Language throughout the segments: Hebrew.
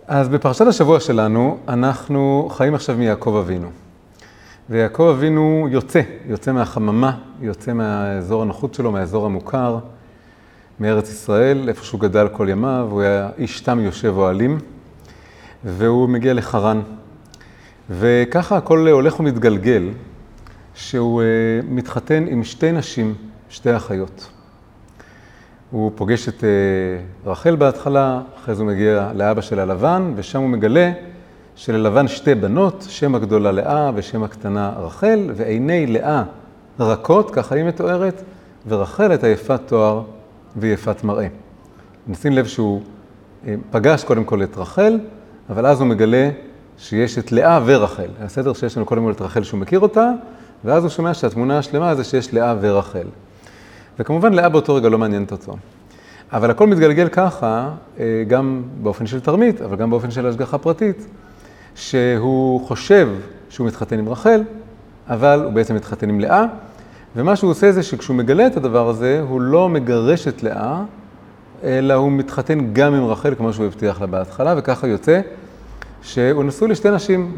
אז בפרשת השבוע שלנו אנחנו חיים עכשיו מיעקב אבינו. ויעקב אבינו יוצא מהחממה, יוצא מהאזור הנוחות שלו, מהאזור המוכר, מארץ ישראל, איפה שהוא גדל כל ימיו, הוא היה איש תם יושב אוהלים, והוא מגיע לחרן. וככה הכל הולך ומתגלגל, שהוא מתחתן עם שתי נשים, שתי אחיות. הוא פוגש את רחל בהתחלה, אחרי זה הוא מגיע לאבא שלה לבן, ושם הוא מגלה שללבן שתי בנות, שם הגדולה לאה ושם הקטנה רחל, ועיני לאה רכות, ככה היא מתוארת, ורחל את היפת תואר ויפת מראה. נשים לב שהוא פגש קודם כל את רחל, אבל אז הוא מגלה שיש את לאה ורחל. הסדר שיש לנו קודם כל את רחל שהוא מכיר אותה, ואז הוא שומע שהתמונה השלמה זה שיש לאה ורחל. וכמובן לאה באותו רגע לא מעניינת אותו. אבל הכל מתגלגל ככה, גם באופן של תרמית, אבל גם באופן של השגחה פרטית, שהוא חושב שהוא מתחתן עם רחל, אבל הוא בעצם מתחתן עם לאה, ומה שהוא עושה זה שכשהוא מגלה את הדבר הזה, הוא לא מגרש את לאה, אלא הוא מתחתן גם עם רחל, כמו שהוא הבטיח לה בהתחלה, וככה יוצא שהוא נשוי לשתי נשים,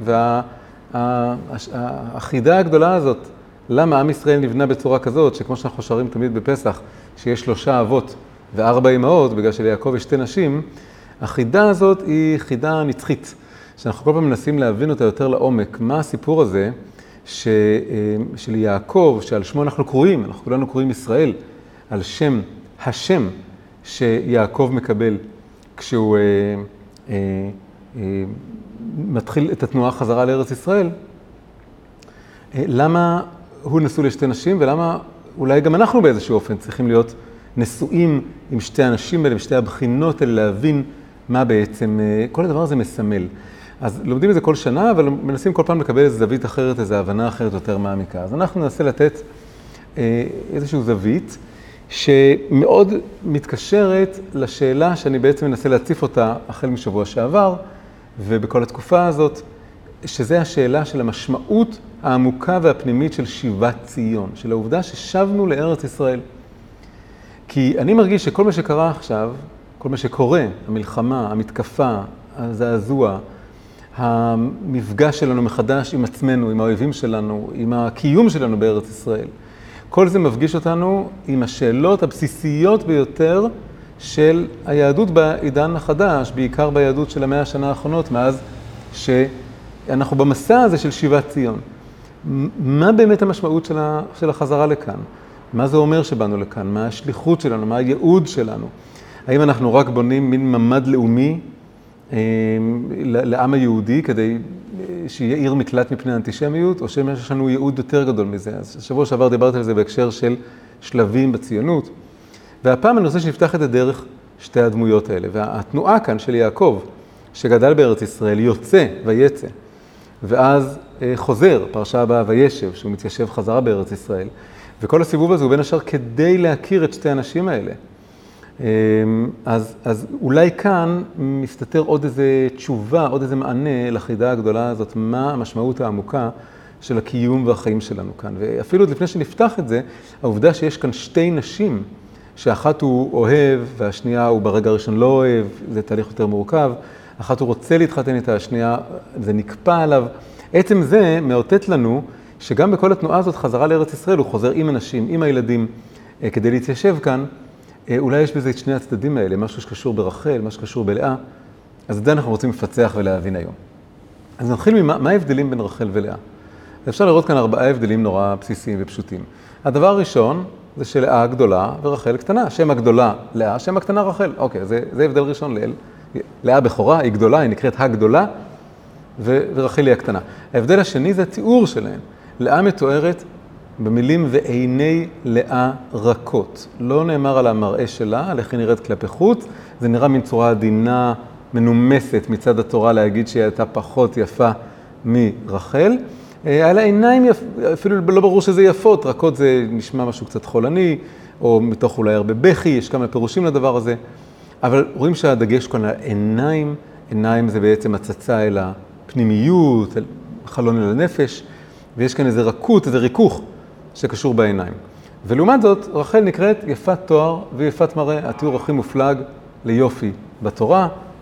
והחידה הגדולה הזאת, למה עם ישראל נבנה בצורה כזאת, שכמו שאנחנו שרים תמיד בפסח, שיש 3 אבות ו4 אמהות, בגלל שליעקב יש 2 נשים, החידה הזאת היא חידה נצחית, שאנחנו כל פעם מנסים להבין אותה יותר לעומק. מה הסיפור הזה של יעקב, שעל שמו אנחנו קוראים, אנחנו כולנו קוראים ישראל, על שם השם שיעקב מקבל כשהוא מתחיל את התנועה חזרה לארץ ישראל. למה הוא נשוי לשתי נשים, ולמה אולי גם אנחנו באיזשהו אופן צריכים להיות נשואים עם שתי הנשים האלה, עם שתי הבחינות האלה, להבין מה בעצם כל הדבר הזה מסמל. אז לומדים את זה כל שנה, אבל מנסים כל פעם לקבל איזו זווית אחרת, איזו הבנה אחרת יותר מעמיקה. אז אנחנו ננסה לתת איזושהי זווית שמאוד מתקשרת לשאלה שאני בעצם מנסה להציף אותה החל משבוע שעבר, ובכל התקופה הזאת, שזה השאלה של המשמעות העמוקה והפנימית של שיבת ציון, של העובדה ששבנו לארץ ישראל. כי אני מרגיש שכל מה שקרה עכשיו, כל מה שקורה, המלחמה, המתקפה, הזעזוע, המפגש שלנו מחדש עם עצמנו, עם האויבים שלנו, עם הקיום שלנו בארץ ישראל, כל זה מפגיש אותנו עם השאלות הבסיסיות ביותר של היהדות בעידן החדש, בעיקר ביהדות של 100 השנה האחרונות, מאז שאנחנו במסע הזה של שיבת ציון. מה באמת המשמעות של החזרה לכאן? מה זה אומר שבאנו לכאן? מה השליחות שלנו? מה הייעוד שלנו? האם אנחנו רק בונים מין ממד לאומי לעם היהודי כדי שיהיה עיר מקלט מפני האנטישמיות, או שיש לנו ייעוד יותר גדול מזה? אז השבוע שעבר דיברתי על זה בהקשר של שלבים בציונות. והפעם אני רוצה שנפתח את הדרך שתי הדמויות האלה. והתנועה כאן של יעקב, שגדל בארץ ישראל, יוצא ויצא, ואז חוזר, פרשה הבאה וישב, שהוא מתיישב חזרה בארץ ישראל. וכל הסיבוב הזה הוא בין השאר כדי להכיר את שתי הנשים האלה. אז אולי כאן מסתתר עוד איזה תשובה, עוד איזה מענה לחידה הגדולה הזאת, מה המשמעות העמוקה של הקיום והחיים שלנו כאן. ואפילו לפני שנפתח את זה, העובדה שיש כאן שתי נשים, שאחת הוא אוהב והשנייה הוא ברגע הראשון לא אוהב, זה תהליך יותר מורכב, אחת הוא רוצה להתחתן איתה, השנייה זה נקפא עליו. עצם זה מאותת לנו שגם בכל התנועה הזאת חזרה לארץ ישראל, הוא חוזר עם אנשים, עם הילדים, כדי להתיישב כאן. אולי יש בזה את שני הצדדים האלה, משהו שקשור ברחל, משהו שקשור בלאה. אז את זה אנחנו רוצים לפצח ולהבין היום. אז נתחיל מה ההבדלים בין רחל ולאה. אפשר לראות כאן 4 הבדלים נורא בסיסיים ופשוטים. הדבר הראשון זה שלאה גדולה ורחל קטנה. שם הגדולה לאה, שם הקטנה רחל. אוקיי, זה הבדל ראשון לאל. לאה בכורה, היא גדולה, היא נקראת הגדולה, ורחל היא הקטנה. ההבדל השני זה התיאור שלהם. לאה מתוארת במילים ועיני לאה רכות. לא נאמר על המראה שלה, על איך היא נראית כלפי חוץ, זה נראה מן צורה עדינה, מנומסת מצד התורה להגיד שהיא הייתה פחות יפה מרחל. על העיניים, אפילו לא ברור שזה יפות, רכות זה נשמע משהו קצת חולני, או מתוך אולי הרבה בכי, יש כמה פירושים לדבר הזה. אבל רואים שהדגש כאן על העיניים, עיניים זה בעצם הצצה אל הפנימיות, אל חלון אל הנפש, ויש כאן איזה רכות, איזה ריכוך שקשור בעיניים. ולעומת זאת, רחל נקראת יפת תואר ויפת מראה, התיאור הכי מופלג ליופי בתורה,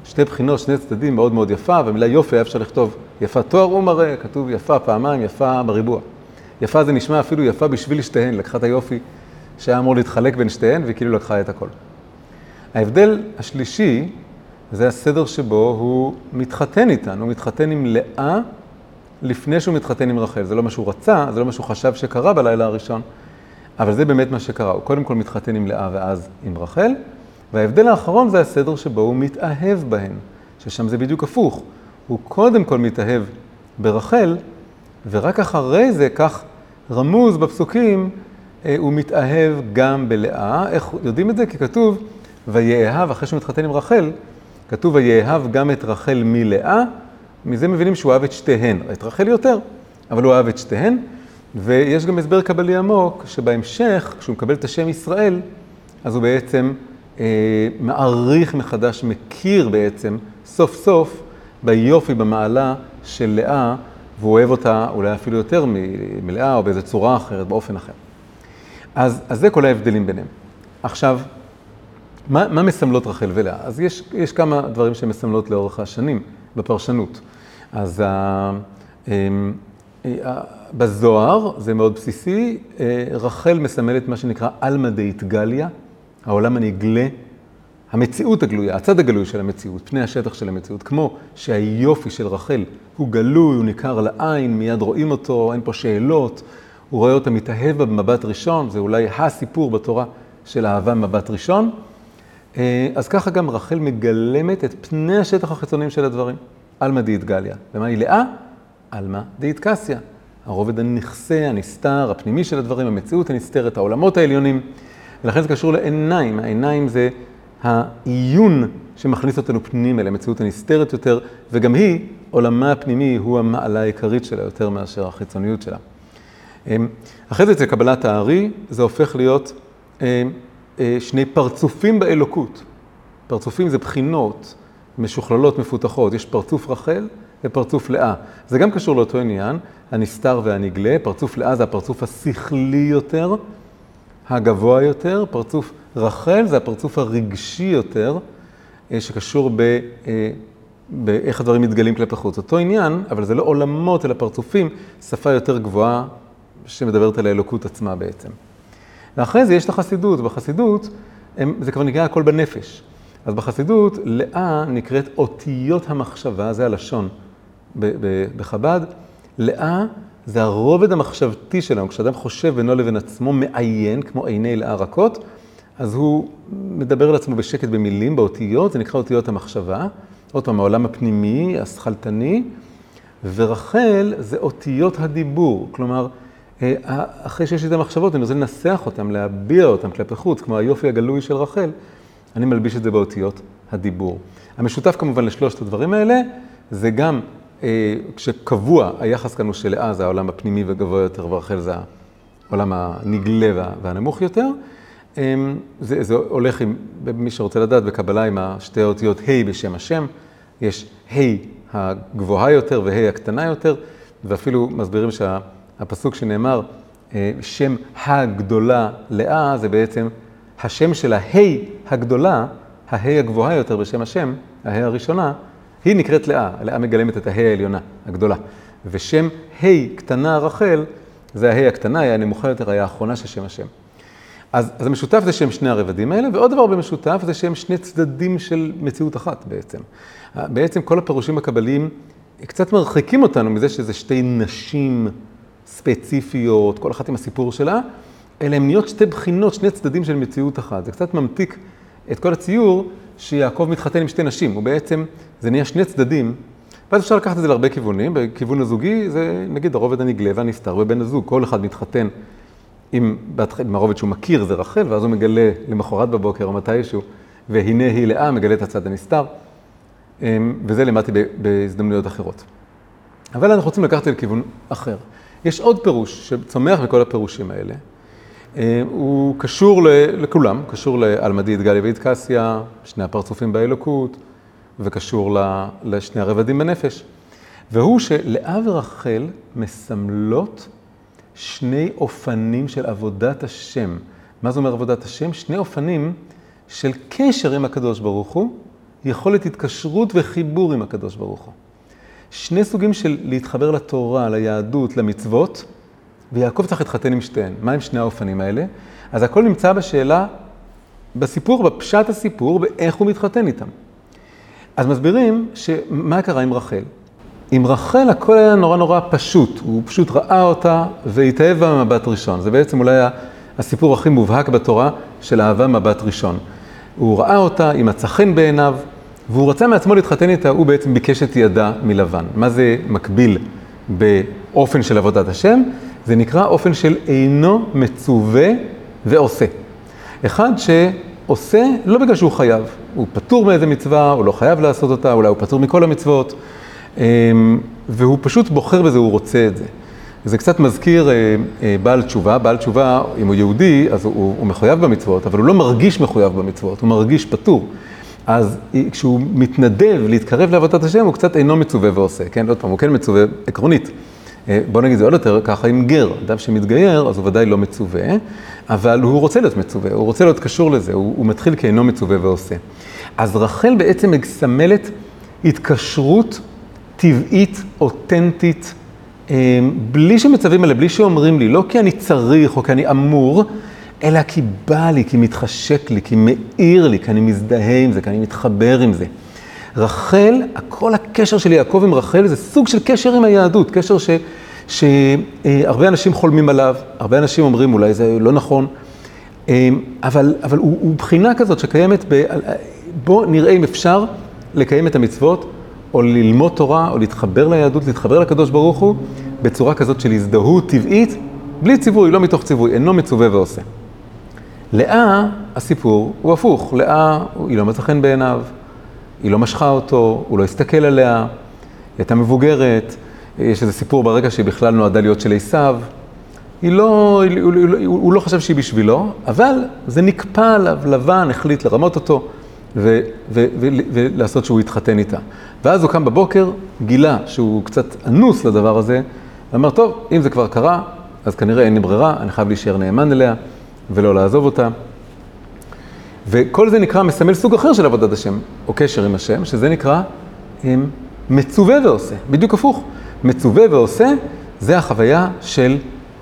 שתי בחינות, שני צדדים מאוד מאוד יפה, והמילה יופי היה אפשר לכתוב יפה תואר ומראה, כתוב יפה פעמיים, יפה בריבוע. יפה זה נשמע אפילו יפה בשביל שתיהן, לקחה את היופי שהיה אמור להתחלק בין שתיהן, וכאילו לקחה את הכל. ההבדל השלישי, זה הסדר שבו הוא מתחתן איתן, הוא מתחתן עם לאה לפני שהוא מתחתן עם רחל. זה לא מה שהוא רצה, זה לא מה שהוא חשב שקרה בלילה הראשון, אבל זה באמת מה שקרה. הוא קודם כל מתחתן עם לאה ואז עם רחל, וההבדל האחרון זה הסדר שבו הוא מתאהב בהן, ששם זה בדיוק הפוך. הוא קודם כל מתאהב ברחל, ורק אחרי זה, כך רמוז בפסוקים, הוא מתאהב גם בלאה. איך יודעים את זה? כי כתוב, ויאהב, אחרי שהוא מתחתן עם רחל, כתוב, ויאהב גם את רחל מלאה, מזה מבינים שהוא אהב את שתיהן, את רחל יותר, אבל הוא אהב את שתיהן, ויש גם הסבר קבלי עמוק, שבהמשך, כשהוא מקבל את השם ישראל, אז הוא בעצם מעריך מחדש, מכיר בעצם, סוף סוף, ביופי, במעלה של לאה, והוא אוהב אותה אולי אפילו יותר מלאה, או באיזו צורה אחרת, באופן אחר. אז זה כל ההבדלים ביניהם. עכשיו, מה מסמלות רחל ולאה? אז יש כמה דברים שמסמלות לאורך השנים בפרשנות. אז בזוהר, זה מאוד בסיסי, רחל מסמלת מה שנקרא אלמא דאיתגליה, העולם הנגלה, המציאות הגלויה, הצד הגלוי של המציאות, פני השטח של המציאות, כמו שהיופי של רחל הוא גלוי, הוא ניכר לעין, מיד רואים אותו, אין פה שאלות, הוא רואה אותה מתאהב במבט ראשון, זה אולי הסיפור בתורה של אהבה מבט ראשון. אז ככה גם רחל מגלמת את פני השטח החיצוניים של הדברים. אלמא דאיתגליה. ומה היא לאה? אלמא דאיתקסיה. הרובד הנכסה, הנסתר, הפנימי של הדברים, המציאות הנסתרת, העולמות העליונים. ולכן זה קשור לעיניים. העיניים זה העיון שמכניס אותנו פנים אל המציאות הנסתרת יותר, וגם היא, עולמה הפנימי, הוא המעלה העיקרית שלה יותר מאשר החיצוניות שלה. אחרי זה אצל קבלת הארי, זה הופך להיות שני פרצופים באלוקות. פרצופים זה בחינות משוכללות, מפותחות. יש פרצוף רחל ופרצוף לאה. זה גם קשור לאותו עניין, הנסתר והנגלה. פרצוף לאה זה הפרצוף השכלי יותר, הגבוה יותר. פרצוף רחל זה הפרצוף הרגשי יותר, שקשור באיך הדברים מתגלים כלפי חוץ. אותו עניין, אבל זה לא עולמות אלא פרצופים, שפה יותר גבוהה שמדברת על האלוקות עצמה בעצם. ואחרי זה יש את החסידות. בחסידות זה כבר נקרא הכל בנפש. אז בחסידות לאה נקראת אותיות המחשבה, זה הלשון בחב"ד. לאה זה הרובד המחשבתי שלנו. כשאדם חושב בינו לבין עצמו, מעיין, כמו עיני לאה רכות, אז הוא מדבר על עצמו בשקט במילים, באותיות, זה נקרא אותיות המחשבה. עוד פעם, העולם הפנימי, השכלתני, ורחל זה אותיות הדיבור. כלומר, אחרי שיש לי את המחשבות, אני רוצה לנסח אותם, להביע אותם כלפי חוץ, כמו היופי הגלוי של רחל, אני מלביש את זה באותיות הדיבור. המשותף כמובן לשלושת הדברים האלה, זה גם כשקבוע היחס כאן הוא שלאה זה העולם הפנימי וגבוה יותר, ורחל זה העולם הנגלה והנמוך יותר. זה הולך עם, מי שרוצה לדעת, בקבלה עם השתי האותיות ה' בשם השם. יש ה' הגבוהה יותר וה' הקטנה יותר, ואפילו מסבירים שהפסוק שנאמר, שם הגדולה לאה, זה בעצם השם של ה' הגדולה, ה' הגבוהה יותר בשם השם, ה' הראשונה, היא נקראת לאה. לאה מגלמת את ה' העליונה, הגדולה. ושם ה' קטנה רחל, זה ה' הקטנה, היה הנמוכה יותר, היה האחרונה של שם השם. אז המשותף זה שהם שני הרבדים האלה, ועוד דבר במשותף זה שהם שני צדדים של מציאות אחת בעצם. בעצם כל הפירושים הקבליים קצת מרחיקים אותנו מזה שזה שתי נשים ספציפיות, כל אחת עם הסיפור שלה, אלא הם נהיות שתי בחינות, שני צדדים של מציאות אחת. זה קצת ממתיק את כל הציור שיעקב מתחתן עם שתי נשים, ובעצם זה נהיה שני צדדים, ואז אפשר לקחת את זה להרבה כיוונים. בכיוון הזוגי זה נגיד הרובד הנגלה והנסתר בבן הזוג, כל אחד מתחתן עם הרובד שהוא מכיר, זה רחל, ואז הוא מגלה למחרת בבוקר או מתישהו, והנה היא לאה, מגלה את הצד הנסתר, וזה למדתי בהזדמנויות אחרות. אבל אנחנו רוצים לקחת את זה לכיוון אחר. יש עוד פירוש שצומח מכל הפירושים האלה, הוא קשור לכולם, קשור לאלמא דאיתגליה ואיתקסיה, שני הפרצופים באלוקות, וקשור לשני הרבדים בנפש, והוא שלאה ורחל מסמלות שני אופנים של עבודת השם. מה זה אומר עבודת השם? שני אופנים של קשר עם הקדוש ברוך הוא, יכולת התקשרות וחיבור עם הקדוש ברוך הוא. שני סוגים של להתחבר לתורה, ליהדות, למצוות, ויעקב צריך להתחתן עם שתיהן. מה הם שני האופנים האלה? אז הכל נמצא בשאלה, בסיפור, בפשט הסיפור, באיך הוא מתחתן איתם. אז מסבירים מה קרה עם רחל. עם רחל הכל היה נורא פשוט. הוא פשוט ראה אותה והתאהב במבט ראשון. זה בעצם אולי הסיפור הכי מובהק בתורה של אהבה מבט ראשון. הוא ראה אותה, היא מצא חן בעיניו, והוא רצה מעצמו להתחתן איתה, הוא בעצם ביקש את ידה מלבן. מה זה מקביל באופן של עבודת השם? זה נקרא אופן של אינו מצווה ועושה. אחד שעושה לא בגלל שהוא חייב, הוא פטור מאיזה מצווה, הוא לא חייב לעשות אותה, אולי הוא פטור מכל המצוות, והוא פשוט בוחר בזה, הוא רוצה את זה. זה קצת מזכיר בעל תשובה. בעל תשובה, אם הוא יהודי, אז הוא מחויב במצוות, אבל הוא לא מרגיש מחויב במצוות, הוא מרגיש פטור. אז כשהוא מתנדב להתקרב לעבודת השם, הוא קצת אינו מצווה ועושה. כן, עוד פעם, הוא כן מצווה עקרונית. בוא נגיד זה עוד יותר, ככה עם גר, אדם שמתגייר, אז הוא ודאי לא מצווה, אבל הוא רוצה להיות מצווה, הוא רוצה להיות קשור לזה, הוא מתחיל כאינו מצווה ועושה. אז רחל בעצם מסמלת התקשרות טבעית, אותנטית, בלי שמצווים עליה, בלי שאומרים לי, לא כי אני צריך או כי אני אמור, אלא כי בא לי, כי מתחשק לי, כי מאיר לי, כי אני מזדהה עם זה, כי אני מתחבר עם זה. רחל, כל הקשר של יעקב עם רחל זה סוג של קשר עם היהדות, קשר שהרבה אנשים חולמים עליו, הרבה אנשים אומרים אולי זה לא נכון, אבל הוא בחינה כזאת שקיימת, בוא נראה אם אפשר לקיים את המצוות, או ללמוד תורה, או להתחבר ליהדות, להתחבר לקדוש ברוך הוא, בצורה כזאת של הזדהות טבעית, בלי ציווי, לא מתוך ציווי, אינו מצווה ועושה. לאה, הסיפור הוא הפוך, לאה היא לא מצא חן בעיניו, היא לא משכה אותו, הוא לא הסתכל עליה, היא הייתה מבוגרת, יש איזה סיפור ברגע שהיא בכלל נועדה להיות של עשיו, הוא לא חשב שהיא בשבילו, אבל זה נקפא עליו, לבן החליט לרמות אותו ולעשות שהוא יתחתן איתה. ואז הוא קם בבוקר, גילה שהוא קצת אנוס לדבר הזה, ואמר, טוב, אם זה כבר קרה, אז כנראה אין לי ברירה, אני חייב להישאר נאמן אליה ולא לעזוב אותה. וכל זה נקרא מסמל סוג אחר של עבודת השם, או קשר עם השם, שזה נקרא מצווה ועושה, בדיוק הפוך. מצווה ועושה, זה החוויה של,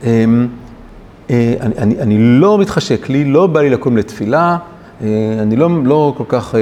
אני לא מתחשק לי, לא בא לי לקום לתפילה, אני לא כל כך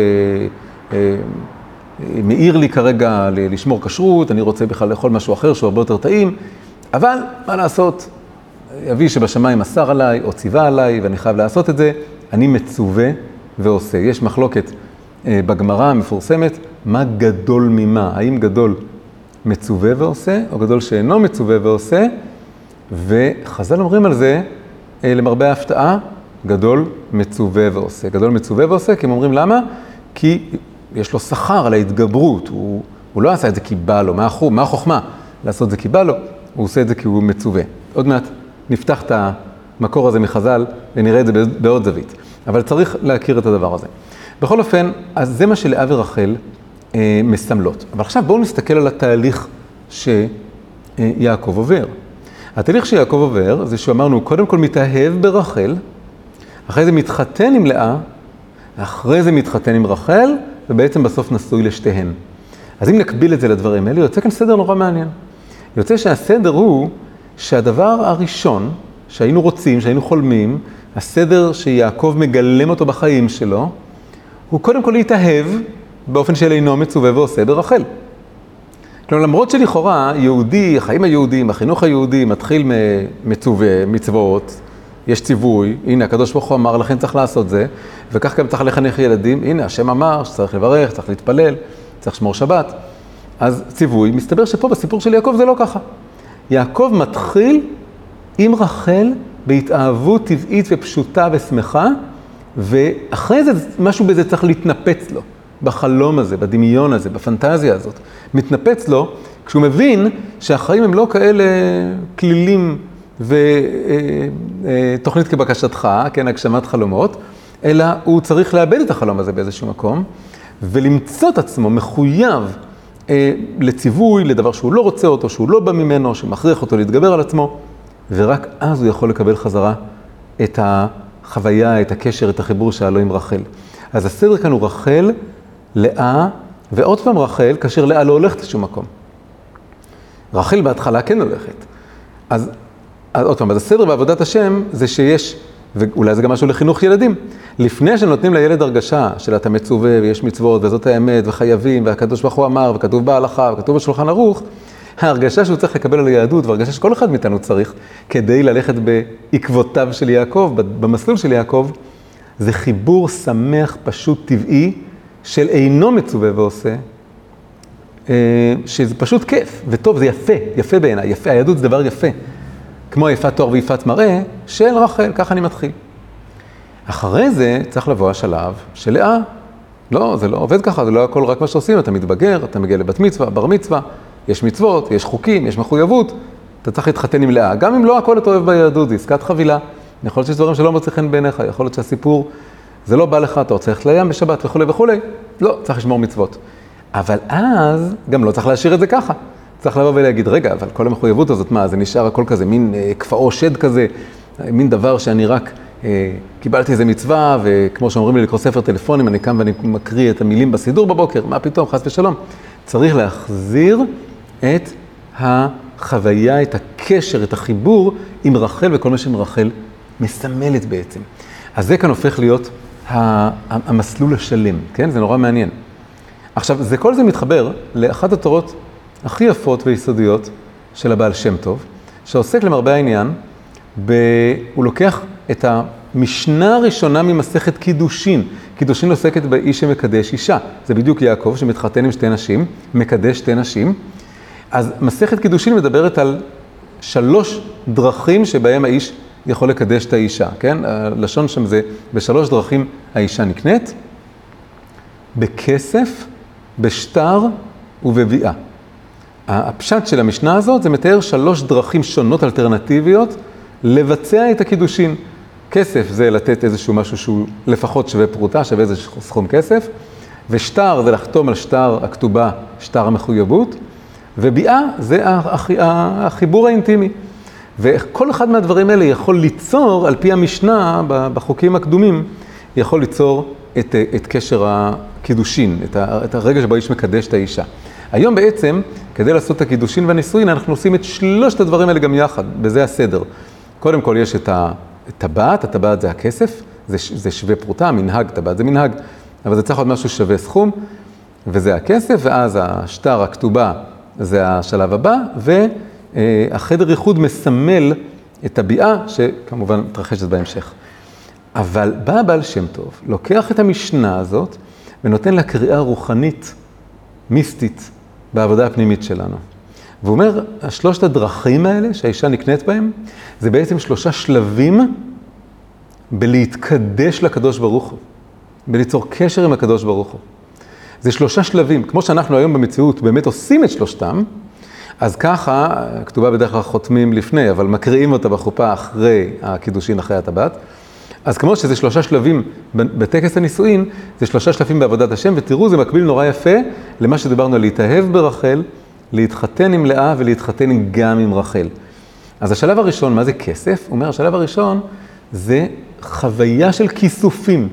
מאיר לי כרגע לשמור כשרות, אני רוצה בכלל לאכול משהו אחר שהוא הרבה יותר טעים, אבל מה לעשות? אבי שבשמיים אסר עליי או ציווה עליי ואני חייב לעשות את זה, אני מצווה ועושה. יש מחלוקת בגמרא המפורסמת, מה גדול ממה? האם גדול מצווה ועושה, או גדול שאינו מצווה ועושה? וחז"ל אומרים על זה, למרבה ההפתעה, גדול מצווה ועושה. גדול מצווה ועושה, כי הם אומרים למה? כי יש לו שכר על ההתגברות, הוא לא עשה את זה כי בא לו, מה החוכמה? לעשות את זה כי בא לו, הוא עושה את זה כי הוא מצווה. עוד מעט נפתח את המקור הזה מחז"ל ונראה את זה בעוד זווית. אבל צריך להכיר את הדבר הזה. בכל אופן, אז זה מה שלאה ורחל מסמלות. אבל עכשיו בואו נסתכל על התהליך שיעקב עובר. התהליך שיעקב עובר זה שאמרנו, קודם כל מתאהב ברחל, אחרי זה מתחתן עם לאה, אחרי זה מתחתן עם רחל, ובעצם בסוף נשוי לשתיהן. אז אם נקביל את זה לדברים האלה, יוצא כאן סדר נורא מעניין. יוצא שהסדר הוא שהדבר הראשון שהיינו רוצים, שהיינו חולמים, הסדר שיעקב מגלם אותו בחיים שלו, הוא קודם כל להתאהב באופן של אינו מצווה ועושה ברחל. כלומר, למרות שלכאורה יהודי, החיים היהודיים, החינוך היהודי מתחיל מצווה, מצוות, יש ציווי, הנה הקדוש ברוך הוא אמר לכן צריך לעשות זה, וכך גם צריך לחנך ילדים, הנה השם אמר שצריך לברך, צריך להתפלל, צריך לשמור שבת. אז ציווי, מסתבר שפה בסיפור של יעקב זה לא ככה. יעקב מתחיל עם רחל בהתאהבות טבעית ופשוטה ושמחה, ואחרי זה משהו בזה צריך להתנפץ לו, בחלום הזה, בדמיון הזה, בפנטזיה הזאת. מתנפץ לו כשהוא מבין שהחיים הם לא כאלה כלילים ותוכנית כבקשתך, כן, הגשמת חלומות, אלא הוא צריך לאבד את החלום הזה באיזשהו מקום, ולמצוא את עצמו מחויב לציווי, לדבר שהוא לא רוצה אותו, שהוא לא בא ממנו, שמכריח אותו להתגבר על עצמו, ורק אז הוא יכול לקבל חזרה את החוויה, את הקשר, את החיבור שהיה לו עם רחל. אז הסדר כאן הוא רחל, לאה, ועוד פעם רחל, כאשר לאה לא הולכת לשום מקום. רחל בהתחלה כן הולכת. אז עוד פעם, אז הסדר בעבודת השם זה שיש, ואולי זה גם משהו לחינוך ילדים. לפני שנותנים לילד הרגשה של אתה מצווה ויש מצוות וזאת האמת וחייבים והקדוש ברוך הוא אמר וכתוב בהלכה וכתוב בשולחן ערוך, ההרגשה שהוא צריך לקבל על היהדות והרגשה שכל אחד מאיתנו צריך כדי ללכת בעקבותיו של יעקב, במסלול של יעקב, זה חיבור שמח, פשוט, טבעי, של אינו מצווה ועושה, שזה פשוט כיף וטוב, זה יפה, יפה בעיניי, יפה, היהדות זה דבר יפה. כמו יפת תואר ויפת מראה של רחל, ככה אני מתחיל. אחרי זה צריך לבוא השלב של לאה. לא, זה לא עובד ככה, זה לא הכל רק מה שעושים, אתה מתבגר, אתה מגיע לבת מצווה, בר מצווה, יש מצוות, יש חוקים, יש מחויבות, אתה צריך להתחתן עם לאה. גם אם לא הכל אתה אוהב ביהדות, זה עסקת חבילה. יכול להיות שיש דברים שלא מוצא חן בעיניך, יכול להיות שהסיפור, זה לא בא לך, אתה רוצה ללכת לים בשבת וכו' וכו'. לא, צריך לשמור מצוות. אבל אז גם לא צריך להשאיר את זה ככה. צריך לבוא ולהגיד, רגע, אבל כל המחויבות הזאת, מה, זה נשאר הכל כזה, מין כפאו שד כזה, מין דבר שאני רק קיבלתי איזה מצווה, וכמו שאומרים לי לקרוא ספר טלפונים, אני קם ואני מקריא את המילים בסידור בבוקר, מה פתאום, חס ושלום. צריך להחזיר את החוויה, את הקשר, את החיבור עם רחל וכל מה שרחל מסמלת בעצם. אז זה כאן הופך להיות המסלול השלם, כן? זה נורא מעניין. עכשיו, כל זה מתחבר לאחת התורות הכי יפות ויסודיות של הבעל שם טוב, שעוסק למרבה העניין, הוא לוקח את המשנה הראשונה ממסכת קידושין. קידושין עוסקת באיש שמקדש אישה. זה בדיוק יעקב שמתחתן עם שתי נשים, מקדש שתי נשים. אז מסכת קידושין מדברת על 3 דרכים שבהם האיש יכול לקדש את האישה, כן? הלשון שם זה ב3 דרכים האישה נקנית, בכסף, בשטר ובביאה. הפשט של המשנה הזאת זה מתאר 3 דרכים שונות אלטרנטיביות לבצע את הקידושין. כסף זה לתת איזשהו משהו שהוא לפחות שווה פרוטה, שווה איזשהו סכום כסף, ושטר זה לחתום על שטר הכתובה, שטר המחויבות, וביאה זה החיבור האינטימי. וכל אחד מהדברים האלה יכול ליצור, על פי המשנה בחוקים הקדומים, יכול ליצור את קשר הקידושין, את הרגע שבו האיש מקדש את האישה. היום בעצם, כדי לעשות את הקידושין והנישואין, אנחנו עושים את 3 הדברים האלה גם יחד, בזה הסדר. קודם כל יש את הטבעת, הטבעת זה הכסף, זה שווה פרוטה, מנהג, טבעת זה מנהג, אבל זה צריך להיות משהו שווה סכום, וזה הכסף, ואז השטר, הכתובה, זה השלב הבא, והחדר ייחוד מסמל את הביאה, שכמובן מתרחשת בהמשך. אבל בא הבעל שם טוב, לוקח את המשנה הזאת, ונותן לה קריאה רוחנית, מיסטית, בעבודה הפנימית שלנו. והוא אומר, 3 הדרכים האלה שהאישה נקנית בהם, זה בעצם 3 שלבים בלהתקדש לקדוש ברוך הוא, בליצור קשר עם הקדוש ברוך הוא. זה 3 שלבים, כמו שאנחנו היום במציאות באמת עושים את 3, אז ככה, כתובה בדרך כלל חותמים לפני, אבל מקריאים אותה בחופה אחרי הקידושין, אחרי הטבעת. אז כמו שזה 3 שלבים בטקס הנישואין, זה 3 שלבים בעבודת השם, ותראו, זה מקביל נורא יפה למה שדיברנו על להתאהב ברחל, להתחתן עם לאה ולהתחתן גם עם רחל. אז השלב הראשון, מה זה כסף? הוא אומר, השלב הראשון זה חוויה של כיסופים,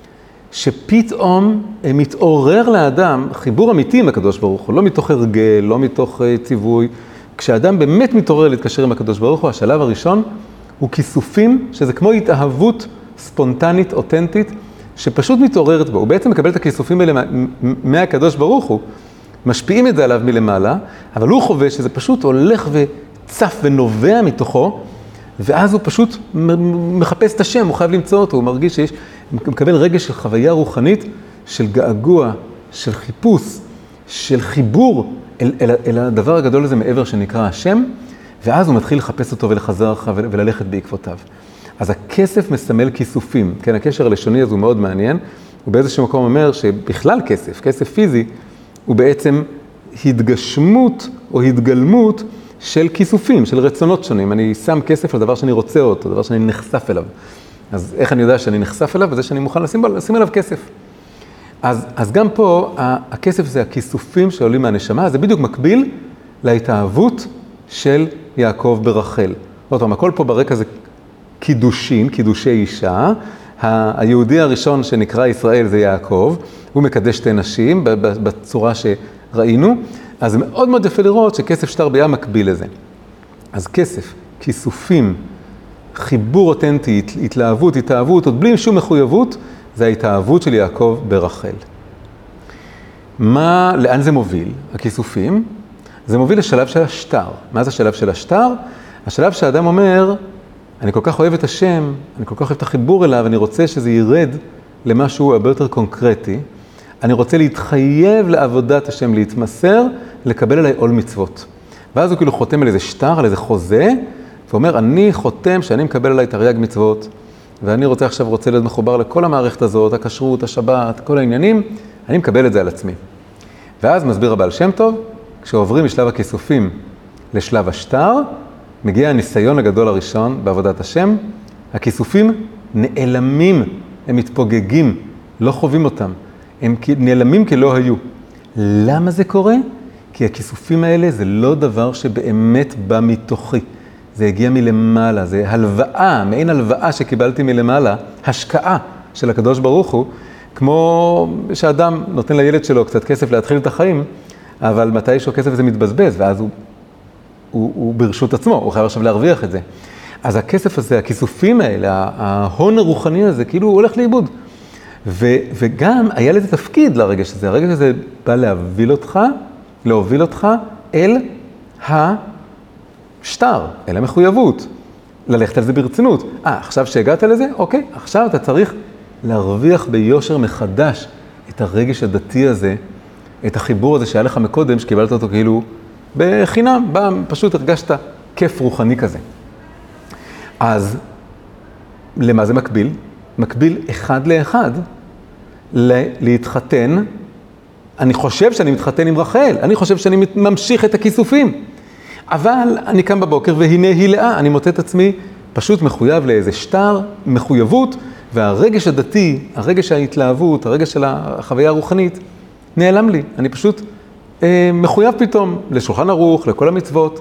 שפתאום מתעורר לאדם חיבור אמיתי עם הקדוש ברוך הוא, לא מתוך הרגל, לא מתוך ציווי. כשאדם באמת מתעורר להתקשר עם הקדוש ברוך הוא, השלב הראשון הוא כיסופים, שזה כמו התאהבות ספונטנית, אותנטית, שפשוט מתעוררת בו. הוא בעצם מקבל את הכיסופים האלה מהקדוש ברוך הוא, משפיעים את זה עליו מלמעלה, אבל הוא חווה שזה פשוט הולך וצף ונובע מתוכו, ואז הוא פשוט מחפש את השם, הוא חייב למצוא אותו, הוא מרגיש שיש, מקבל רגש של חוויה רוחנית, של געגוע, של חיפוש, של חיבור אל הדבר הגדול הזה מעבר שנקרא השם, ואז הוא מתחיל לחפש אותו ולחזר אחריו וללכת בעקבותיו. אז הכסף מסמל כיסופים, כן, הקשר הלשוני הזה הוא מאוד מעניין, הוא באיזשהו מקום אומר שבכלל כסף פיזי, הוא בעצם התגשמות או התגלמות של כיסופים, של רצונות שונים. אני שם כסף על דבר שאני רוצה אותו, דבר שאני נחשף אליו. אז איך אני יודע שאני נחשף אליו? וזה שאני מוכן לשים אליו כסף. אז גם פה, הכסף זה הכיסופים שעולים מהנשמה, זה בדיוק מקביל להתאהבות של יעקב ברחל. עוד פעם, הכל פה ברקע זה קידושין, קידושי אישה, היהודי הראשון שנקרא ישראל זה יעקב, הוא מקדש שתי נשים בצורה שראינו, אז זה מאוד מאוד יפה לראות שכסף שטר ביה מקביל לזה. אז כסף, כיסופים, חיבור אותנטי, התאהבות, עוד בלי שום מחויבות, זה ההתאהבות של יעקב ברחל. לאן זה מוביל? הכיסופים, זה מוביל לשלב של השטר. מה זה השלב של השטר? השלב שהאדם אומר, אני כל כך אוהב את השם, אני כל כך אוהב את החיבור אליו, אני רוצה שזה ירד למשהו הרבה יותר קונקרטי. אני רוצה להתחייב לעבודת השם, להתמסר, לקבל עליי עול מצוות. ואז הוא כאילו חותם על איזה שטר, על איזה חוזה, ואומר, אני חותם שאני מקבל עליי תרי"ג מצוות, ואני רוצה להיות מחובר לכל המערכת הזאת, הכשרות, השבת, כל העניינים, אני מקבל את זה על עצמי. ואז מסביר הבעל שם טוב, כשעוברים משלב הכיסופים לשלב השטר, מגיע הניסיון הגדול הראשון בעבודת השם, הכיסופים נעלמים, הם מתפוגגים, לא חווים אותם, הם נעלמים כלא היו. למה זה קורה? כי הכיסופים האלה זה לא דבר שבאמת בא מתוכי. זה הגיע מלמעלה, זה הלוואה, מעין הלוואה שקיבלתי מלמעלה, השקעה של הקדוש ברוך הוא, כמו שאדם נותן לילד שלו קצת כסף להתחיל את החיים, אבל מתישהו הכסף הזה מתבזבז, ואז הוא ברשות עצמו, הוא חייב עכשיו להרוויח את זה. אז הכסף הזה, הכיסופים האלה, ההון הרוחני הזה, כאילו הוא הולך לאיבוד. וגם היה לזה תפקיד לרגש הזה, הרגש הזה בא להוביל אותך אל השטר, אל המחויבות, ללכת על זה ברצינות. עכשיו שהגעת לזה, אוקיי, עכשיו אתה צריך להרוויח ביושר מחדש את הרגש הדתי הזה, את החיבור הזה שהיה לך מקודם, שקיבלת אותו כאילו בחינם, פשוט הרגשת כיף רוחני כזה. אז למה זה מקביל? מקביל אחד לאחד להתחתן. אני חושב שאני מתחתן עם רחל, אני חושב שאני ממשיך את הכיסופים, אבל אני קם בבוקר והנה היא לאה, אני מוצא את עצמי פשוט מחויב לאיזה שטר, מחויבות, והרגש הדתי, הרגש ההתלהבות, הרגש של החוויה הרוחנית, נעלם לי. אני פשוט מחויב פתאום לשולחן ערוך, לכל המצוות,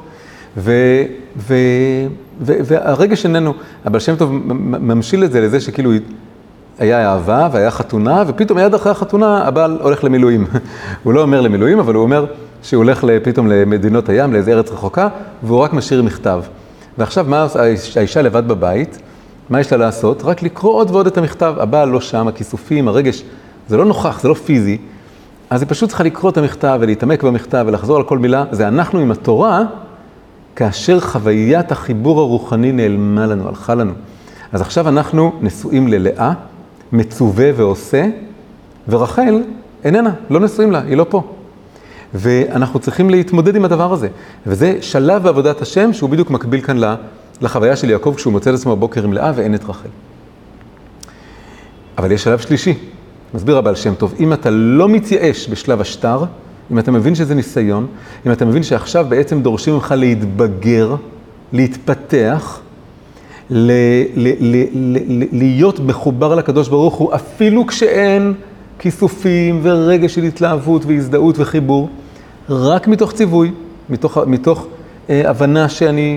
והרגש איננו, הבעל שם טוב ממשיל את זה לזה שכאילו היה אהבה והיה חתונה, ופתאום מיד אחרי החתונה הבעל הולך למילואים. הוא לא אומר למילואים, אבל הוא אומר שהוא הולך פתאום למדינות הים, לאיזו ארץ רחוקה, והוא רק משאיר מכתב. ועכשיו מה האישה לבד בבית? מה יש לה לעשות? רק לקרוא עוד ועוד את המכתב. הבעל לא שם, הכיסופים, הרגש, זה לא נוכח, זה לא פיזי. אז היא פשוט צריכה לקרוא את המכתב ולהתעמק במכתב ולחזור על כל מילה. זה אנחנו עם התורה, כאשר חוויית החיבור הרוחני נעלמה לנו, הלכה לנו. אז עכשיו אנחנו נשואים ללאה, מצווה ועושה, ורחל איננה, לא נשואים לה, היא לא פה. ואנחנו צריכים להתמודד עם הדבר הזה. וזה שלב בעבודת השם שהוא בדיוק מקביל כאן לחוויה של יעקב כשהוא מוצא את עצמו בבוקר עם לאה ואין את רחל. אבל יש שלב שלישי. מסביר הבעל שם טוב, אם אתה לא מתייאש בשלב השטר, אם אתה מבין שזה ניסיון, אם אתה מבין שעכשיו בעצם דורשים ממך להתבגר, להתפתח, להיות מחובר לקדוש ברוך הוא, אפילו כשאין כיסופים ורגש של התלהבות והזדהות וחיבור, רק מתוך ציווי, מתוך הבנה שאני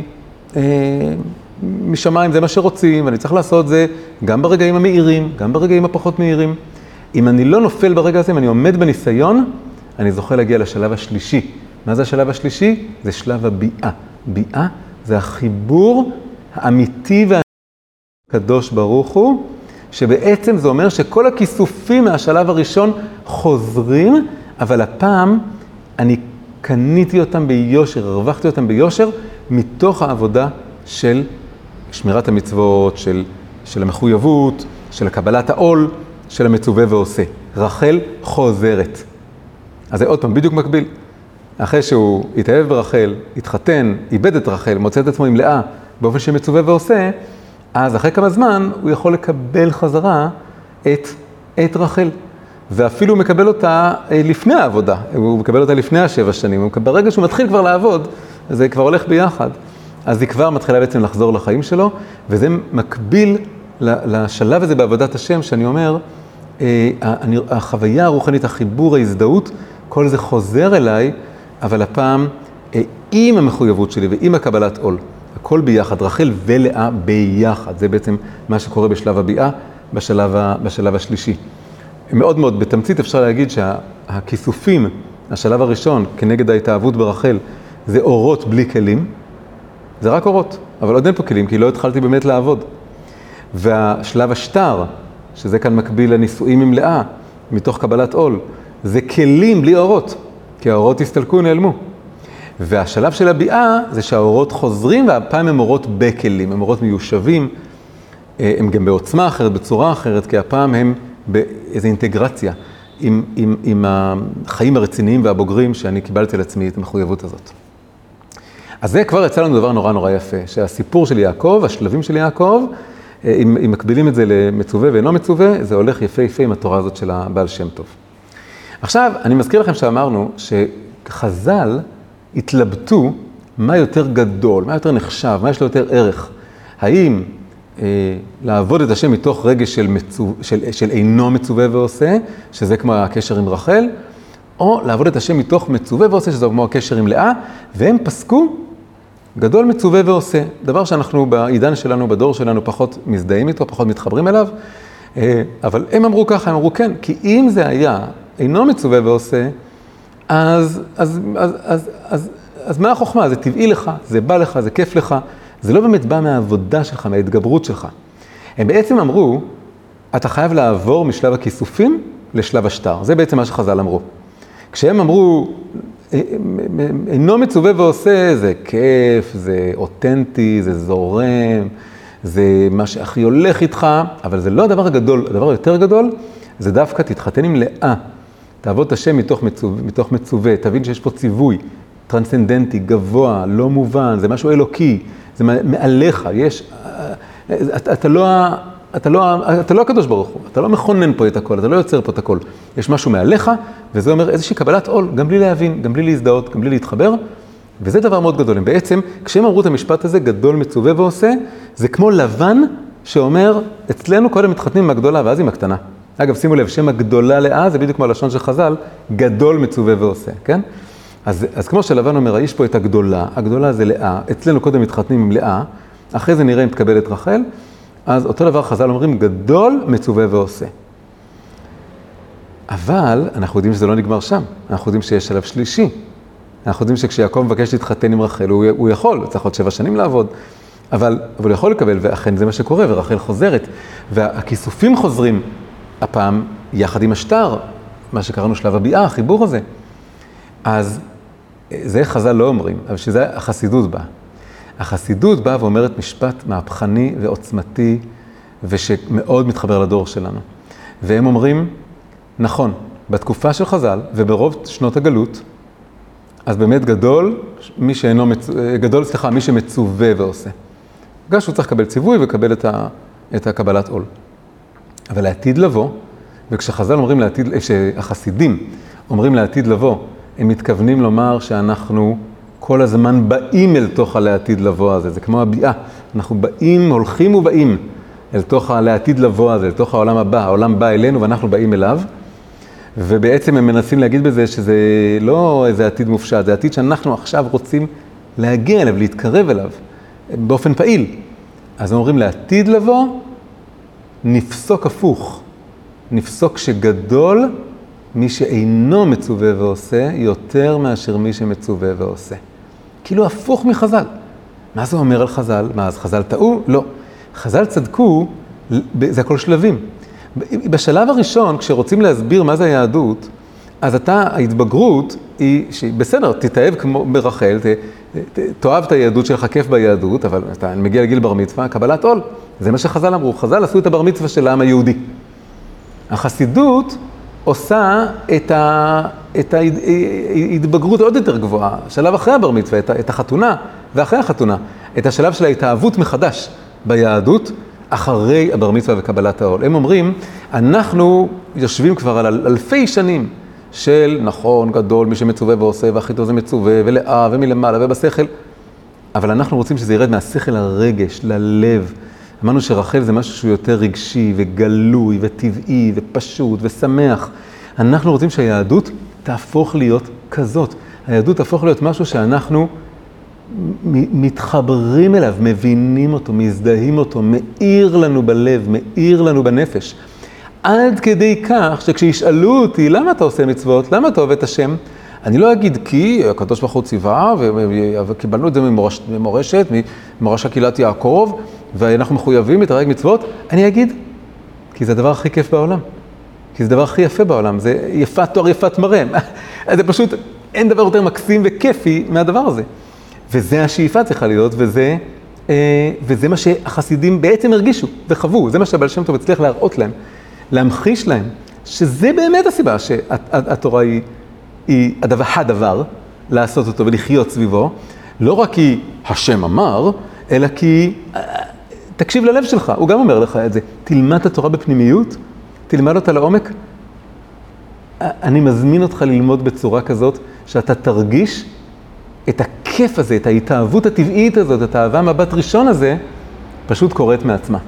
משמיים זה מה שרוצים, ואני צריך לעשות זה גם ברגעים המהירים, גם ברגעים הפחות מהירים. אם אני לא נופל ברגע הזה, אם אני עומד בניסיון, אני זוכה להגיע לשלב השלישי. מה זה השלב השלישי? זה שלב הביאה. ביאה זה החיבור האמיתי והקדוש ברוך הוא, שבעצם זה אומר שכל הכיסופים מהשלב הראשון חוזרים, אבל הפעם אני קניתי אותם ביושר, הרווחתי אותם ביושר, מתוך העבודה של שמירת המצוות, של המחויבות, של קבלת העול, של המצווה ועושה. רחל חוזרת. אז זה עוד פעם, בדיוק מקביל. אחרי שהוא התאהב ברחל, התחתן, איבד את רחל, מוצא את עצמו עם לאה, באופן שמצווה ועושה, אז אחרי כמה זמן הוא יכול לקבל חזרה את רחל. ואפילו הוא מקבל אותה לפני העבודה, הוא מקבל אותה לפני 7 שנים. ברגע שהוא מתחיל כבר לעבוד, זה כבר הולך ביחד. אז היא כבר מתחילה בעצם לחזור לחיים שלו, וזה מקביל לשלב הזה בעבודת השם, שאני אומר, החוויה הרוחנית, החיבור, ההזדהות, כל זה חוזר אליי, אבל הפעם עם המחויבות שלי ועם הקבלת עול. הכל ביחד, רחל ולאה ביחד. זה בעצם מה שקורה בשלב הביאה. בשלב השלישי. מאוד מאוד בתמצית אפשר להגיד שהכיסופים, השלב הראשון כנגד ההתאהבות ברחל, זה אורות בלי כלים, זה רק אורות, אבל עוד אין פה כלים, כי לא התחלתי באמת לעבוד. והשלב השטר, שזה כאן מקביל לנישואים עם לאה, מתוך קבלת עול, זה כלים בלי אורות, כי האורות הסתלקו, נעלמו. והשלב של הביאה זה שהאורות חוזרים, והפעם הם אורות בכלים, הם אורות מיושבים, הם גם בעוצמה אחרת, בצורה אחרת, כי הפעם הם באיזו אינטגרציה עם החיים הרציניים והבוגרים שאני קיבלתי על עצמי את המחויבות הזאת. אז זה כבר יצא לנו דבר נורא נורא יפה, שהסיפור של יעקב, השלבים של יעקב, אם מקבילים את זה למצווה ואינו מצווה, זה הולך יפה יפה עם התורה הזאת של הבעל שם טוב. עכשיו, אני מזכיר לכם שאמרנו שחז"ל התלבטו מה יותר גדול, מה יותר נחשב, מה יש לו יותר ערך. האם לעבוד את השם מתוך רגש של אינו מצווה ועושה, שזה כמו הקשר עם רחל, או לעבוד את השם מתוך מצווה ועושה, שזה כמו הקשר עם לאה, והם פסקו גדול מצווה ועושה. דבר שאנחנו בעידן שלנו, בדור שלנו, פחות מזדהים איתו, פחות מתחברים אליו, אבל הם אמרו ככה, הם אמרו כן, כי אם זה היה אינו מצווה ועושה, אז מה החוכמה? זה טבעי לך, זה בא לך, זה כיף לך, זה לא באמת בא מהעבודה שלך, מההתגברות שלך. הם בעצם אמרו, אתה חייב לעבור משלב הכיסופים לשלב השטר. זה בעצם מה שחז"ל אמרו. כשהם אמרו, אינו מצווה ועושה, זה כיף, זה אותנטי, זה זורם, זה מה שהכי הולך איתך, אבל זה לא הדבר הגדול. הדבר היותר גדול, זה דווקא תתחתן עם לאה. תעבוד את השם מתוך מצווה, תבין שיש פה ציווי טרנסצנדנטי, גבוה, לא מובן, זה משהו אלוקי, זה מעליך, אתה לא הקדוש ברוך הוא, אתה לא מכונן פה את הכל, אתה לא יוצר פה את הכל. יש משהו מעליך, וזה אומר איזושהי קבלת עול, גם בלי להבין, גם בלי להזדהות, גם בלי להתחבר, וזה דבר מאוד גדול. בעצם, כשהם אמרו את המשפט הזה, גדול מצווה ועושה, זה כמו לבן שאומר, אצלנו קודם מתחתנים עם הגדולה ואז עם הקטנה. אגב, שימו לב, שם הגדולה לאה, זה בדיוק כמו הלשון של חז"ל, גדול מצווה ועושה, כן? אז כמו שלבן אומר, יש פה את הגדולה, הגדולה זה לאה, אצלנו קודם מתחתנים עם לאה, אחרי זה נראה אם תקבל את רחל, אז אותו דבר חז"ל אומרים, גדול מצווה ועושה. אבל אנחנו יודעים שזה לא נגמר שם, אנחנו יודעים שיש שלב שלישי. אנחנו יודעים שכשיעקב מבקש להתחתן עם רחל, הוא יכול, צריך עוד 7 שנים לעבוד, אבל הוא יכול לקבל, ואכן זה מה שקורה, ורחל חוזרת, והכיסופים חוזרים הפעם יחד עם השטר, מה שקראנו שלב הביאה, החיבור הזה. אז זה חז"ל לא אומרים, אבל שזה החסידות באה. החסידות באה ואומרת משפט מהפכני ועוצמתי, ושמאוד מתחבר לדור שלנו. והם אומרים, נכון, בתקופה של חז"ל, וברוב שנות הגלות, אז באמת מי שמצווה ועושה. בגלל שהוא צריך לקבל ציווי ולקבל את הקבלת עול. אבל לעתיד לבוא, וכשחז"ל אומרים שהחסידים אומרים לעתיד לבוא, הם מתכוונים לומר שאנחנו כל הזמן באים אל תוך הלעתיד לבוא הזה, זה כמו הביאה, אנחנו באים, הולכים ובאים אל תוך הלעתיד לבוא הזה, אל תוך העולם הבא, העולם בא אלינו ואנחנו באים אליו, ובעצם הם מנסים להגיד בזה שזה לא איזה עתיד מופשט, זה עתיד שאנחנו עכשיו רוצים להגיע אליו, להתקרב אליו, באופן פעיל. אז הם אומרים לעתיד לבוא, נפסוק הפוך, נפסוק שגדול מי שאינו מצווה ועושה, יותר מאשר מי שמצווה ועושה. כאילו הפוך מחז"ל. מה זה אומר על חז"ל? מה, אז חז"ל טעו? לא. חז"ל צדקו, זה הכל שלבים. בשלב הראשון, כשרוצים להסביר מה זה היהדות, אז ההתבגרות היא, בסדר, תתאהב כמו ברחל, תאהב את היהדות שלך, כיף ביהדות, אבל אתה מגיע לגיל בר מצווה, קבלת עול. זה מה שחז"ל אמרו. חז"ל עשו את הבר מצווה של העם היהודי. החסידות עושה את ההתבגרות עוד יותר גבוהה, שלב אחרי הבר מצווה, את החתונה ואחרי החתונה, את השלב של ההתאהבות מחדש ביהדות, אחרי הבר מצווה וקבלת העול. הם אומרים, אנחנו יושבים כבר על אלפי שנים של נכון, גדול, מי שמצווה ועושה, והכי טוב זה מצווה, ולאה, ומלמעלה, ובשכל, אבל אנחנו רוצים שזה ירד מהשכל לרגש, ללב. אמרנו שרחל זה משהו שהוא יותר רגשי וגלוי וטבעי ופשוט ושמח. אנחנו רוצים שהיהדות תהפוך להיות כזאת. היהדות תהפוך להיות משהו שאנחנו מתחברים אליו, מבינים אותו, מזדהים אותו, מאיר לנו בלב, מאיר לנו בנפש. עד כדי כך שכשישאלו אותי, למה אתה עושה מצוות? למה אתה עובד את השם? אני לא אגיד כי הקדוש ברוך הוא ציווה, וקיבלנו את זה ממורשת, ממורש קהילת יעקב, ואנחנו מחויבים לתרי"ג מצוות. אני אגיד, כי זה הדבר הכי כיף בעולם. כי זה הדבר הכי יפה בעולם. זה יפת תואר, יפת מראה. זה פשוט, אין דבר יותר מקסים וכיפי מהדבר הזה. וזה השאיפה צריכה להיות, וזה מה שהחסידים בעצם הרגישו וחוו. זה מה שהבעל שם טוב הצליח להראות להם, להמחיש להם, שזה באמת הסיבה שהתורה היא הדבר לעשות אותו ולחיות סביבו, לא רק כי השם אמר, אלא כי תקשיב ללב שלך, הוא גם אומר לך את זה. תלמד את התורה בפנימיות, תלמד אותה לעומק. אני מזמין אותך ללמוד בצורה כזאת, שאתה תרגיש את הכיף הזה, את ההתאהבות הטבעית הזאת, את האהבה מבט ראשון הזה, פשוט קורית מעצמה.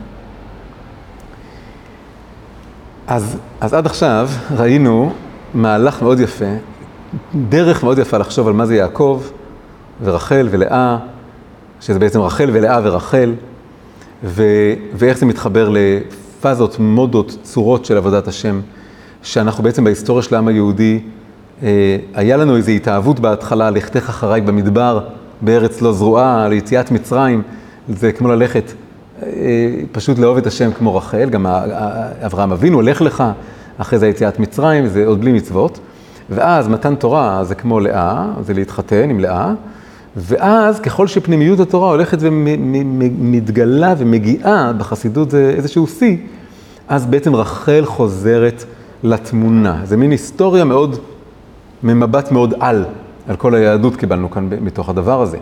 אז עד עכשיו ראינו מהלך מאוד יפה, דרך מאוד יפה לחשוב על מה זה יעקב ורחל ולאה, שזה בעצם רחל ולאה ורחל, ואיך זה מתחבר לפאזות, מודות, צורות של עבודת השם, שאנחנו בעצם בהיסטוריה של העם היהודי, היה לנו איזו התאהבות בהתחלה, לכתך אחריי במדבר, בארץ לא זרועה, ליציאת מצרים, זה כמו ללכת, פשוט לאהוב את השם כמו רחל, גם אברהם אבינו הולך לך, אחרי זה יציאת מצרים, זה עוד בלי מצוות, ואז מתן תורה זה כמו לאה, זה להתחתן עם לאה, ואז ככל שפנימיות התורה הולכת ומתגלה ומגיעה, בחסידות זה איזשהו שיא, אז בעצם רחל חוזרת לתמונה. זה מין היסטוריה מאוד, ממבט מאוד על כל היהדות קיבלנו כאן מתוך הדבר הזה.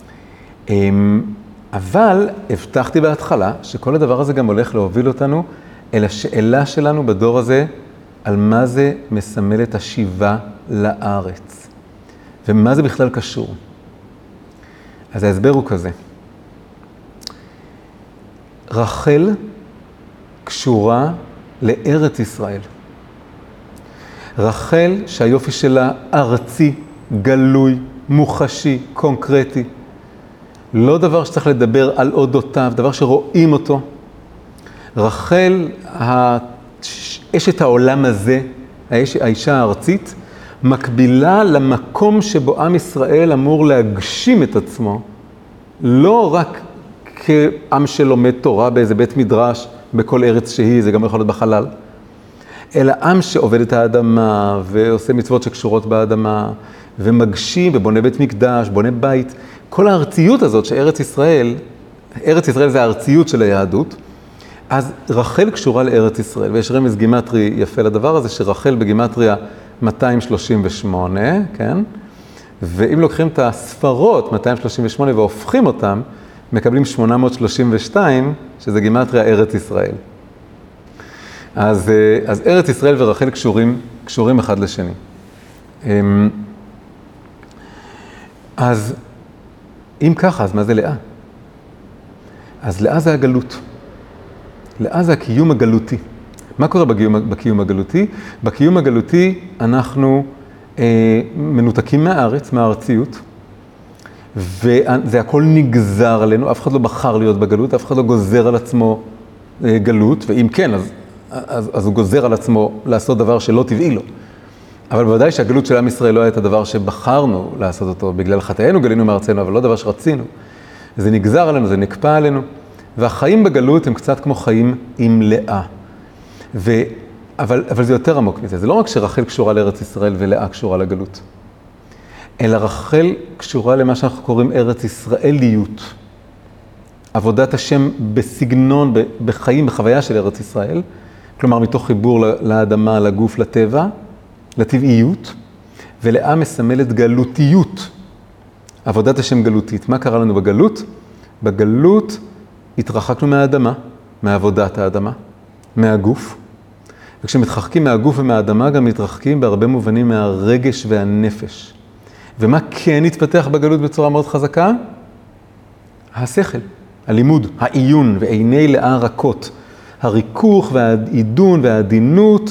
אבל הבטחתי בהתחלה שכל הדבר הזה גם הולך להוביל אותנו אל השאלה שלנו בדור הזה, על מה זה מסמל את השיבה לארץ. ומה זה בכלל קשור. אז ההסבר הוא כזה. רחל קשורה לארץ ישראל. רחל שהיופי שלה ארצי, גלוי, מוחשי, קונקרטי. לא דבר שצריך לדבר על אודותיו, דבר שרואים אותו. רחל, אשת העולם הזה, האישה הארצית, מקבילה למקום שבו עם ישראל אמור להגשים את עצמו, לא רק כעם שלומד תורה באיזה בית מדרש, בכל ארץ שהיא, זה גם יכול להיות בחלל, אלא עם שעובד את האדמה ועושה מצוות שקשורות באדמה, ומגשים ובונה בית מקדש, בונה בית. כל הארציות הזאת שארץ ישראל, ארץ ישראל זה הארציות של היהדות, אז רחל קשורה לארץ ישראל, ויש רמז גימטרי יפה לדבר הזה, שרחל בגימטריה 238, כן? ואם לוקחים את הספרות 238 והופכים אותם, מקבלים 832, שזה גימטריה ארץ ישראל. אז ארץ ישראל ורחל קשורים אחד לשני. אז אם ככה, אז מה זה לאה? אז לאה זה הגלות. לאה זה הקיום הגלותי. מה קורה בקיום הגלותי? בקיום הגלותי אנחנו מנותקים מהארץ, מהארציות, וזה הכל נגזר עלינו, אף אחד לא בחר להיות בגלות, אף אחד לא גוזר על עצמו גלות, ואם כן, אז הוא גוזר על עצמו לעשות דבר שלא טבעי לו. אבל בוודאי שהגלות של עם ישראל לא הייתה דבר שבחרנו לעשות אותו, בגלל חטאינו גלינו מארצנו, אבל לא דבר שרצינו. זה נגזר עלינו, זה נקפא עלינו, והחיים בגלות הם קצת כמו חיים עם לאה. אבל זה יותר עמוק מזה, זה לא רק שרחל קשורה לארץ ישראל ולאה קשורה לגלות, אלא רחל קשורה למה שאנחנו קוראים ארץ ישראליות. עבודת השם בסגנון, בחיים, בחוויה של ארץ ישראל, כלומר מתוך חיבור לאדמה, לגוף, לטבע, לטבעיות, ולאה מסמלת גלותיות. עבודת השם גלותית. מה קרה לנו בגלות? בגלות התרחקנו מהאדמה, מעבודת האדמה, מהגוף. וכשמתרחקים מהגוף ומהאדמה גם מתרחקים בהרבה מובנים מהרגש והנפש. ומה כן התפתח בגלות בצורה מאוד חזקה? השכל, הלימוד, העיון ועיני לאה רכות. הריכוך והעידון והעדינות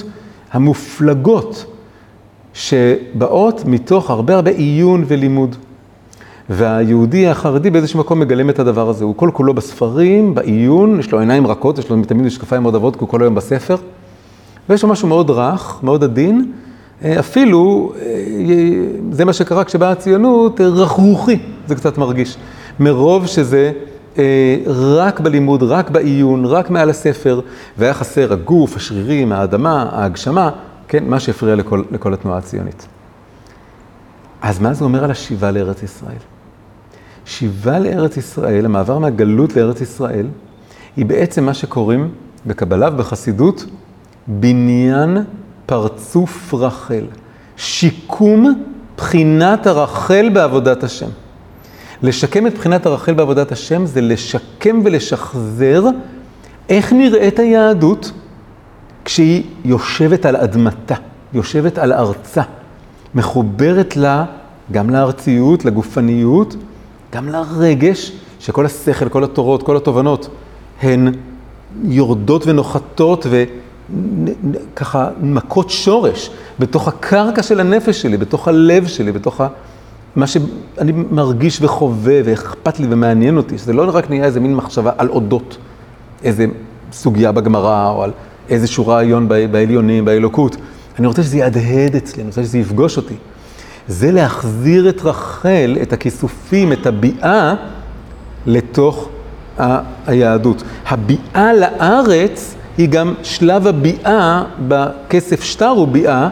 המופלגות שבאות מתוך הרבה עיון ולימוד. והיהודי החרדי באיזשהו מקום מגלם את הדבר הזה. הוא כל כולו בספרים, בעיון, יש לו עיניים רכות, יש לו תמיד משקפיים מאוד עבות, כי הוא כל היום בספר. ויש לו משהו מאוד רך, מאוד עדין, אפילו, זה מה שקרה כשבאה הציונות, רכרוכי, זה קצת מרגיש. מרוב שזה רק בלימוד, רק בעיון, רק מעל הספר, והיה חסר הגוף, השרירים, האדמה, ההגשמה, כן, מה שהפריע לכל התנועה הציונית. אז מה זה אומר על השיבה לארץ ישראל? שיבה לארץ ישראל, המעבר מהגלות לארץ ישראל, היא בעצם מה שקוראים בקבלה ובחסידות, בניין פרצוף רחל. שיקום בחינת הרחל בעבודת השם. לשקם את בחינת הרחל בעבודת השם זה לשקם ולשחזר איך נראית היהדות כשהיא יושבת על אדמתה, יושבת על ארצה, מחוברת לה גם לארציות, לגופניות, גם לרגש, שכל השכל, כל התורות, כל התובנות, הן יורדות ונוחתות וככה מכות שורש בתוך הקרקע של הנפש שלי, בתוך הלב שלי, בתוך מה שאני מרגיש וחווה ואכפת לי ומעניין אותי, שזה לא רק נהיה איזה מין מחשבה על אודות, איזה סוגיה בגמרא או על איזשהו רעיון בעליונים, באלוקות. אני רוצה שזה יהדהד אצלי, אני רוצה שזה יפגוש אותי. זה להחזיר את רחל, את הכיסופים, את הביאה, לתוך היהדות. הביאה לארץ היא גם שלב הביאה בכסף שטר הוא ביאה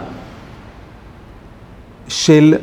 של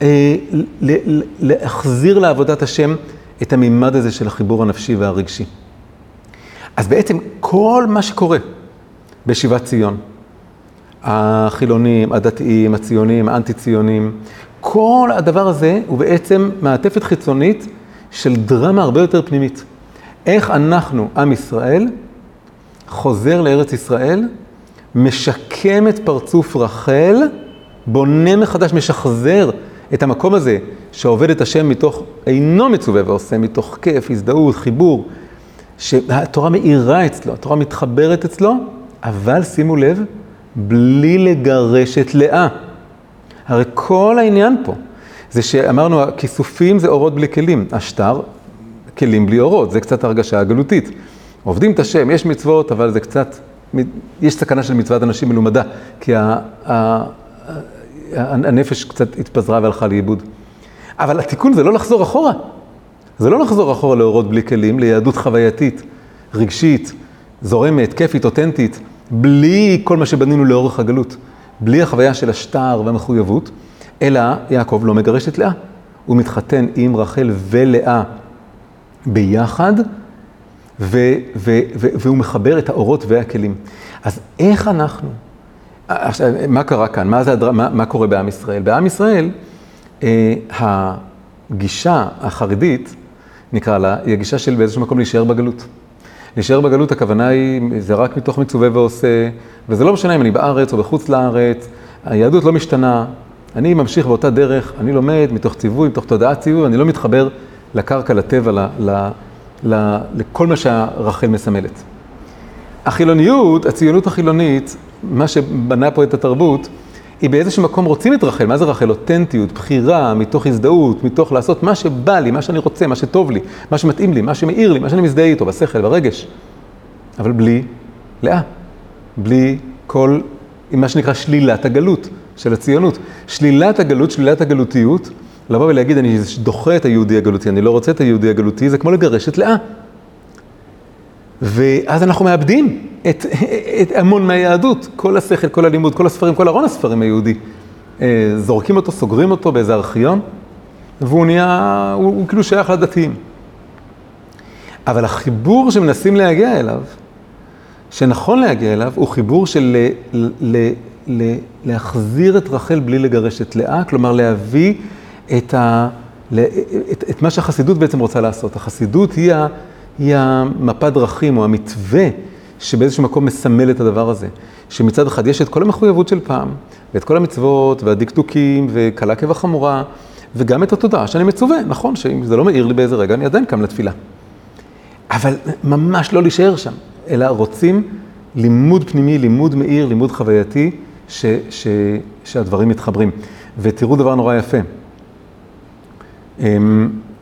להחזיר לעבודת השם את המימד הזה של החיבור הנפשי והרגשי. אז בעצם כל מה שקורה בשיבת ציון, החילונים, הדתיים, הציונים, האנטי-ציונים, כל הדבר הזה הוא בעצם מעטפת חיצונית של דרמה הרבה יותר פנימית. איך אנחנו, עם ישראל, חוזר לארץ ישראל, משקם את פרצוף רחל, בונה מחדש, משחזר את המקום הזה שעובד את השם מתוך אינו מצווה ועושה, מתוך כיף, הזדהות, חיבור, שהתורה מאירה אצלו, התורה מתחברת אצלו, אבל שימו לב, בלי לגרש את לאה. הרי כל העניין פה, זה שאמרנו, הכיסופים זה אורות בלי כלים, השטר, כלים בלי אורות, זה קצת הרגשה הגלותית. עובדים את השם, יש מצוות, אבל זה קצת, יש סכנה של מצוות אנשים מלומדה, כי הנפש קצת התפזרה והלכה לאיבוד. אבל התיקון זה לא לחזור אחורה. זה לא לחזור אחורה לאורות בלי כלים, ליהדות חווייתית, רגשית, זורמת, כיפית, אותנטית, בלי כל מה שבנינו לאורך הגלות, בלי החוויה של השטר והמחויבות, אלא יעקב לא מגרש את לאה. הוא מתחתן עם רחל ולאה ביחד, והוא מחבר את האורות והכלים. אז איך אנחנו? עכשיו, מה קרה כאן? מה קורה בעם ישראל? בעם ישראל, הגישה החרדית, נקרא לה, היא הגישה של באיזשהו מקום להישאר בגלות. להישאר בגלות, הכוונה היא, זה רק מתוך מצווה ועושה, וזה לא משנה אם אני בארץ או בחוץ לארץ, היהדות לא משתנה, אני ממשיך באותה דרך, אני לומד מתוך ציווי, מתוך תודעת ציווי, אני לא מתחבר לקרקע, לטבע, לכל מה שהרחל מסמלת. החילוניות, הציונות החילונית, מה שבנה פה את התרבות, היא באיזשהו מקום רוצים את רחל. מה זה רחל? אותנטיות, בחירה, מתוך הזדהות, מתוך לעשות מה שבא לי, מה שאני רוצה, מה שטוב לי, מה שמתאים לי, מה שמאיר לי, מה שאני מזדהה איתו, בשכל, ברגש. אבל בלי לאה. בלי כל, מה שנקרא שלילת הגלות של הציונות. שלילת הגלות, שלילת הגלותיות, לבוא ולהגיד, אני דוחה את היהודי הגלותי, אני לא רוצה את היהודי הגלותי, זה כמו לגרש את לאה. ואז אנחנו מאבדים את המון מהיהדות, כל השכל, כל הלימוד, כל הספרים, כל ארון הספרים היהודי. זורקים אותו, סוגרים אותו באיזה ארכיון, והוא נהיה, הוא כאילו שייך לדתיים. אבל החיבור שמנסים להגיע אליו, שנכון להגיע אליו, הוא חיבור של להחזיר את רחל בלי לגרש את לאה, כלומר להביא את מה שהחסידות בעצם רוצה לעשות. החסידות היא המפה דרכים או המתווה שבאיזשהו מקום מסמל את הדבר הזה. שמצד אחד יש את כל המחויבות של פעם, ואת כל המצוות והדקדוקים וקלה כבחמורה, וגם את התודעה שאני מצווה. נכון שאם זה לא מאיר לי באיזה רגע, אני עדיין קם לתפילה. אבל ממש לא להישאר שם, אלא רוצים לימוד פנימי, לימוד מאיר, לימוד חווייתי, שהדברים מתחברים. ותראו דבר נורא יפה.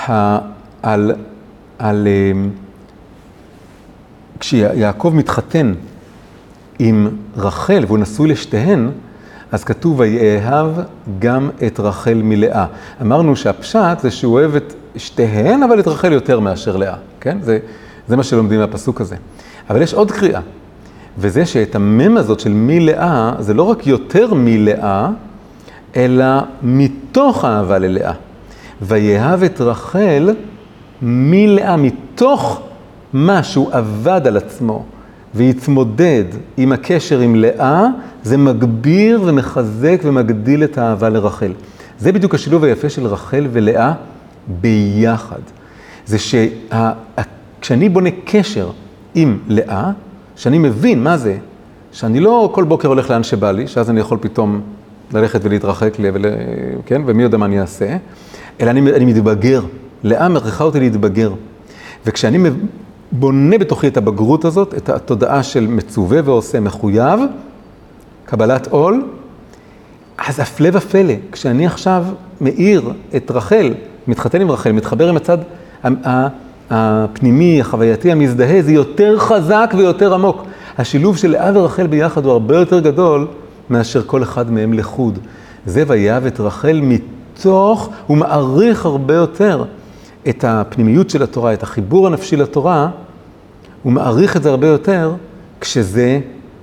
כשיעקב מתחתן עם רחל והוא נשוי לשתיהן, אז כתוב ויאהב גם את רחל מלאה. אמרנו שהפשט זה שהוא אוהב את שתיהן, אבל את רחל יותר מאשר לאה, כן? זה מה שלומדים מהפסוק הזה. אבל יש עוד קריאה, וזה שאת המם הזאת של מלאה, זה לא רק יותר מלאה, אלא מתוך אהבה ללאה. ויאהב את רחל מלאה, מתוך מה שהוא עבד על עצמו, והתמודד עם הקשר עם לאה, זה מגביר ומחזק ומגדיל את האהבה לרחל. זה בדיוק השילוב היפה של רחל ולאה ביחד. זה כשאני בונה קשר עם לאה, שאני מבין מה זה, שאני לא כל בוקר הולך לאן שבא לי, שאז אני יכול פתאום ללכת ולהתרחק לי, כן? ומי יודע מה אני אעשה, אלא אני מתבגר. לאה מכריחה אותי להתבגר. וכשאני בונה בתוכי את הבגרות הזאת, את התודעה של מצווה ועושה מחויב, קבלת עול, אז הפלא ופלא, כשאני עכשיו מאיר את רחל, מתחתן עם רחל, מתחבר עם הצד הפנימי, החווייתי, המזדהה, זה יותר חזק ויותר עמוק. השילוב של לאה ורחל ביחד הוא הרבה יותר גדול מאשר כל אחד מהם לחוד. זה ויאהב את רחל מתוך, הוא מעריך הרבה יותר את הפנימיות של התורה, את החיבור הנפשי לתורה, הוא מעריך את זה הרבה יותר כשזה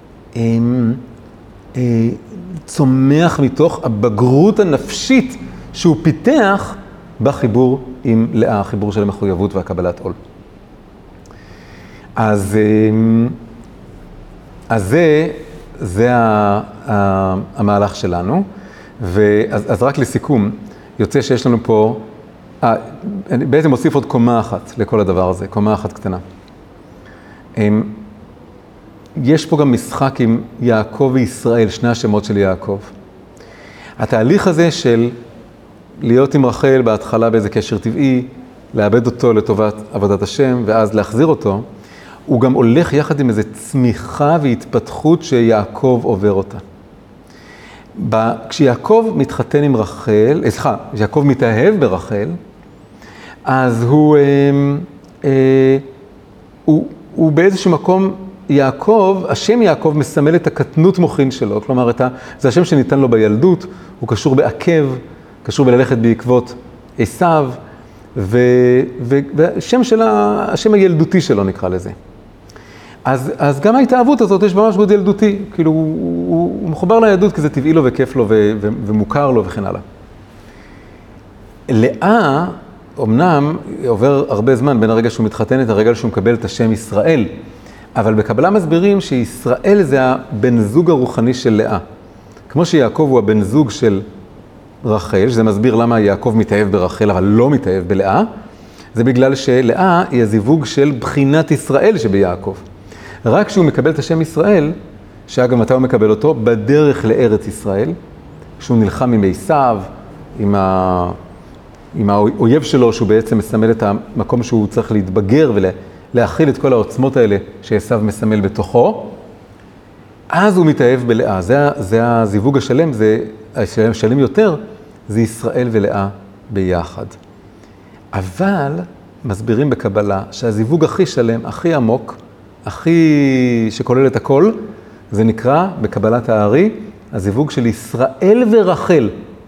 צומח מתוך הבגרות הנפשית שהוא פיתח בחיבור עם לאה, החיבור של המחויבות והקבלת עול. אז זה המהלך שלנו, אז רק לסיכום, יוצא שיש לנו פה, אני בעצם מוסיף עוד קומה אחת לכל הדבר הזה, קומה אחת קטנה. יש פה גם משחק עם יעקב וישראל, שני השמות של יעקב. התהליך הזה של להיות עם רחל בהתחלה באיזה קשר טבעי, לאבד אותו לטובת עבודת השם ואז להחזיר אותו, הוא גם הולך יחד עם איזו צמיחה והתפתחות שיעקב עובר אותה. כשיעקב מתחתן עם רחל, יעקב מתאהב ברחל, אז הוא באיזשהו מקום, יעקב, השם יעקב מסמל את הקטנות מוחין שלו, כלומר זה השם שניתן לו בילדות, הוא קשור בעקב, קשור בללכת בעקבות עשיו, והשם השם הילדותי שלו נקרא לזה. אז גם ההתאהבות הזאת יש ממש מאוד ילדותי, כאילו הוא מחובר לילדות כי זה טבעי לו וכיף לו ומוכר לו וכן הלאה. לאה, אמנם עובר הרבה זמן בין הרגע שהוא מתחתן את הרגע שהוא מקבל את השם ישראל, אבל בקבלה מסבירים שישראל זה הבן זוג הרוחני של לאה. כמו שיעקב הוא הבן זוג של רחל, שזה מסביר למה יעקב מתאהב ברחל אבל לא מתאהב בלאה, זה בגלל שלאה היא הזיווג של בחינת ישראל שביעקב. רק כשהוא מקבל את השם ישראל, שאגב מתי הוא מקבל אותו? בדרך לארץ ישראל, כשהוא נלחם עם עשיו, עם האויב שלו, שהוא בעצם מסמל את המקום שהוא צריך להתבגר ולהכיל את כל העוצמות האלה שעשיו מסמל בתוכו, אז הוא מתאהב בלאה. זה הזיווג השלם, זה השלם יותר, זה ישראל ולאה ביחד. אבל מסבירים בקבלה שהזיווג הכי שלם, הכי עמוק, הכי שכולל את הכל, זה נקרא בקבלת הארי, הזיווג של ישראל ורחל.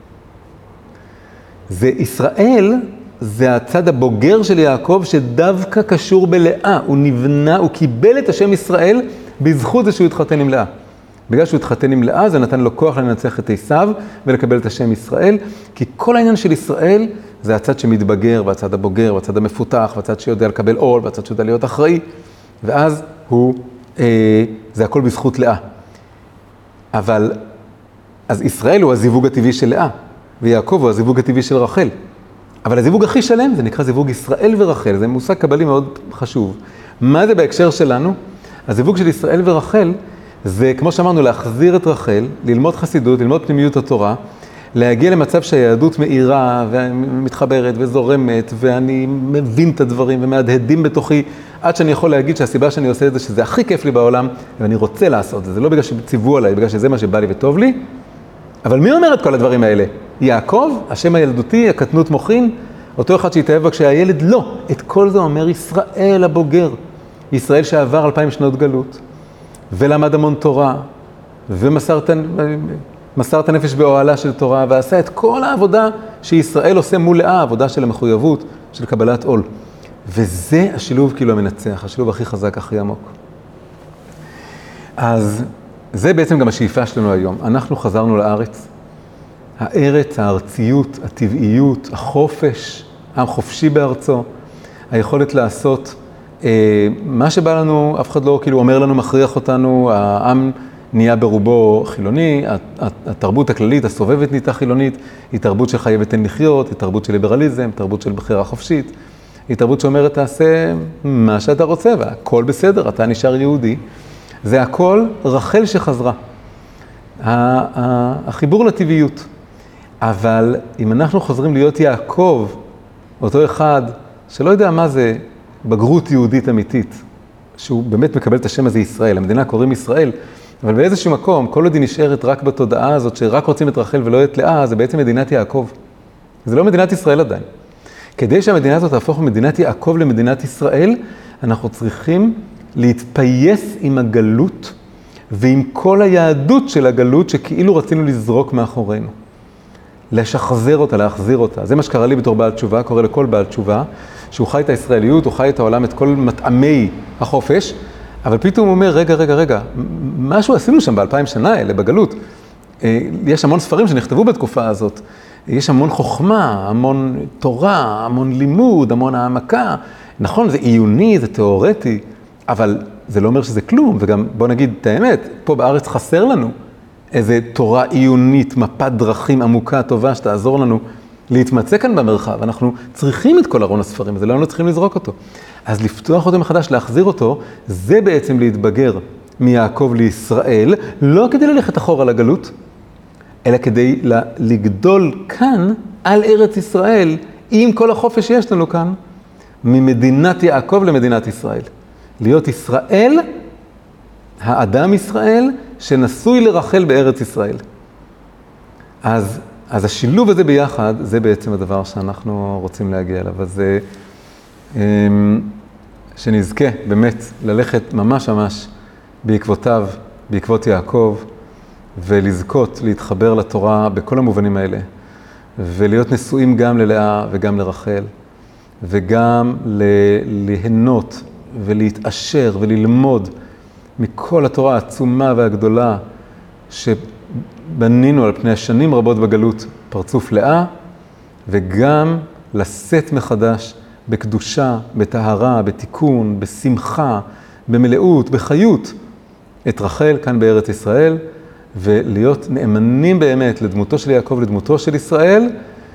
זה ישראל, זה הצד הבוגר של יעקב שדווקא קשור בלאה. הוא נבנה, הוא קיבל את השם ישראל בזכות זה שהוא התחתן עם לאה. בגלל שהוא התחתן עם לאה, זה נתן לו כוח לנצח את עשיו ולקבל את השם ישראל, כי כל העניין של ישראל זה הצד שמתבגר, והצד הבוגר, והצד המפותח, והצד שיודע לקבל עול, והצד שיודע להיות אחראי, ואז זה הכל בזכות לאה. אבל, אז ישראל הוא הזיווג הטבעי של לאה, ויעקב הוא הזיווג הטבעי של רחל. אבל הזיווג הכי שלם זה נקרא זיווג ישראל ורחל, זה מושג קבלי מאוד חשוב. מה זה בהקשר שלנו? הזיווג של ישראל ורחל זה, כמו שאמרנו, להחזיר את רחל, ללמוד חסידות, ללמוד פנימיות התורה, להגיע למצב שהיהדות מאירה ומתחברת וזורמת, ואני מבין את הדברים ומהדהדים בתוכי, עד שאני יכול להגיד שהסיבה שאני עושה את זה, שזה הכי כיף לי בעולם, ואני רוצה לעשות את זה. זה לא בגלל שציוו עליי, בגלל שזה מה שבא לי וטוב לי. אבל מי אומר את כל הדברים האלה? יעקב, השם הילדותי, הקטנות מוחין, אותו אחד שהתאהב בה כשהילד לא. את כל זה אומר ישראל הבוגר. ישראל שעבר 2000 שנות גלות, ולמד המון תורה, ומסר את הנפש באוהלה של תורה, ועשה את כל העבודה שישראל עושה מולאה, העבודה של המחויבות, של קבלת עול. וזה השילוב כאילו המנצח, השילוב הכי חזק, הכי עמוק. אז זה בעצם גם השאיפה שלנו היום. אנחנו חזרנו לארץ. הארץ, הארציות, הטבעיות, החופש, העם חופשי בארצו, היכולת לעשות מה שבא לנו, אף אחד לא כאילו אומר לנו, מכריח אותנו, העם נהיה ברובו חילוני, התרבות הכללית, הסובבת נהייתה חילונית, היא תרבות שחייבת לחיות, היא תרבות של ליברליזם, תרבות של בחירה חופשית, היא תרבות שאומרת תעשה מה שאתה רוצה, והכל בסדר, אתה נשאר יהודי. זה הכל רחל שחזרה. החיבור לטבעיות. אבל אם אנחנו חוזרים להיות יעקב, אותו אחד שלא יודע מה זה בגרות יהודית אמיתית, שהוא באמת מקבל את השם הזה ישראל, המדינה קוראים ישראל, אבל באיזשהו מקום, כל עוד היא נשארת רק בתודעה הזאת, שרק רוצים את רחל ולא את לאה, זה בעצם מדינת יעקב. זה לא מדינת ישראל עדיין. כדי שהמדינה הזאת תהפוך ממדינת יעקב למדינת ישראל, אנחנו צריכים להתפייס עם הגלות, ועם כל היהדות של הגלות שכאילו רצינו לזרוק מאחורינו. לשחזר אותה, להחזיר אותה. זה מה שקרה לי בתור בעל תשובה, קורה לכל בעל תשובה, שהוא חי את הישראליות, הוא חי את העולם, את כל מטעמי החופש, אבל פתאום הוא אומר, רגע, משהו עשינו שם ב2000 שנה האלה, בגלות. יש המון ספרים שנכתבו בתקופה הזאת, יש המון חוכמה, המון תורה, המון לימוד, המון העמקה. נכון, זה עיוני, זה תיאורטי, אבל זה לא אומר שזה כלום, וגם בוא נגיד את האמת, פה בארץ חסר לנו איזה תורה עיונית, מפת דרכים עמוקה, טובה, שתעזור לנו להתמצא כאן במרחב. אנחנו צריכים את כל ארון הספרים, זה לא צריכים לזרוק אותו. אז לפתוח אותו מחדש, להחזיר אותו, זה בעצם להתבגר מיעקב לישראל, לא כדי ללכת אחורה לגלות, אלא כדי לגדול כאן על ארץ ישראל, עם כל החופש שיש לנו כאן, ממדינת יעקב למדינת ישראל. להיות ישראל, האדם ישראל, שנשוי לרחל בארץ ישראל. אז השילוב הזה ביחד, זה בעצם הדבר שאנחנו רוצים להגיע אליו. אז שנזכה באמת ללכת ממש בעקבותיו, בעקבות יעקב, ולזכות להתחבר לתורה בכל המובנים האלה, ולהיות נשואים גם ללאה וגם לרחל, וגם ליהנות ולהתעשר וללמוד מכל התורה העצומה והגדולה שבנינו על פני השנים רבות בגלות, פרצוף לאה, וגם לשאת מחדש בקדושה, בטהרה, בתיקון, בשמחה, במלאות, בחיות, את רחל כאן בארץ ישראל, ולהיות נאמנים באמת לדמותו של יעקב, לדמותו של ישראל,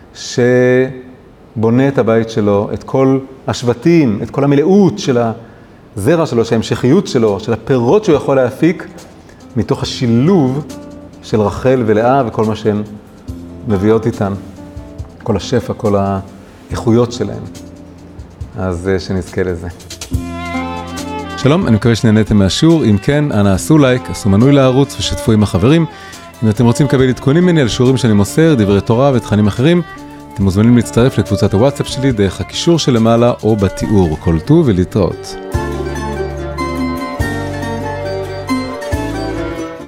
שבונה את הבית שלו, את כל השבטים, את כל המלאות של הזרע שלו, של ההמשכיות שלו, של הפירות שהוא יכול להפיק, מתוך השילוב של רחל ולאה וכל מה שהן מביאות איתן, כל השפע, כל האיכויות שלהן. אז שנזכה לזה. שלום, אני מקווה שנהנתם מהשיעור. אם כן, אנא עשו לייק, עשו מנוי לערוץ ושתפו עם החברים. אם אתם רוצים לקבל עדכונים ממני על שיעורים שאני מוסר, דברי תורה ותכנים אחרים, אתם מוזמנים להצטרף לקבוצת הוואטסאפ שלי דרך הקישור שלמעלה או בתיאור. כל טוב ולהתראות.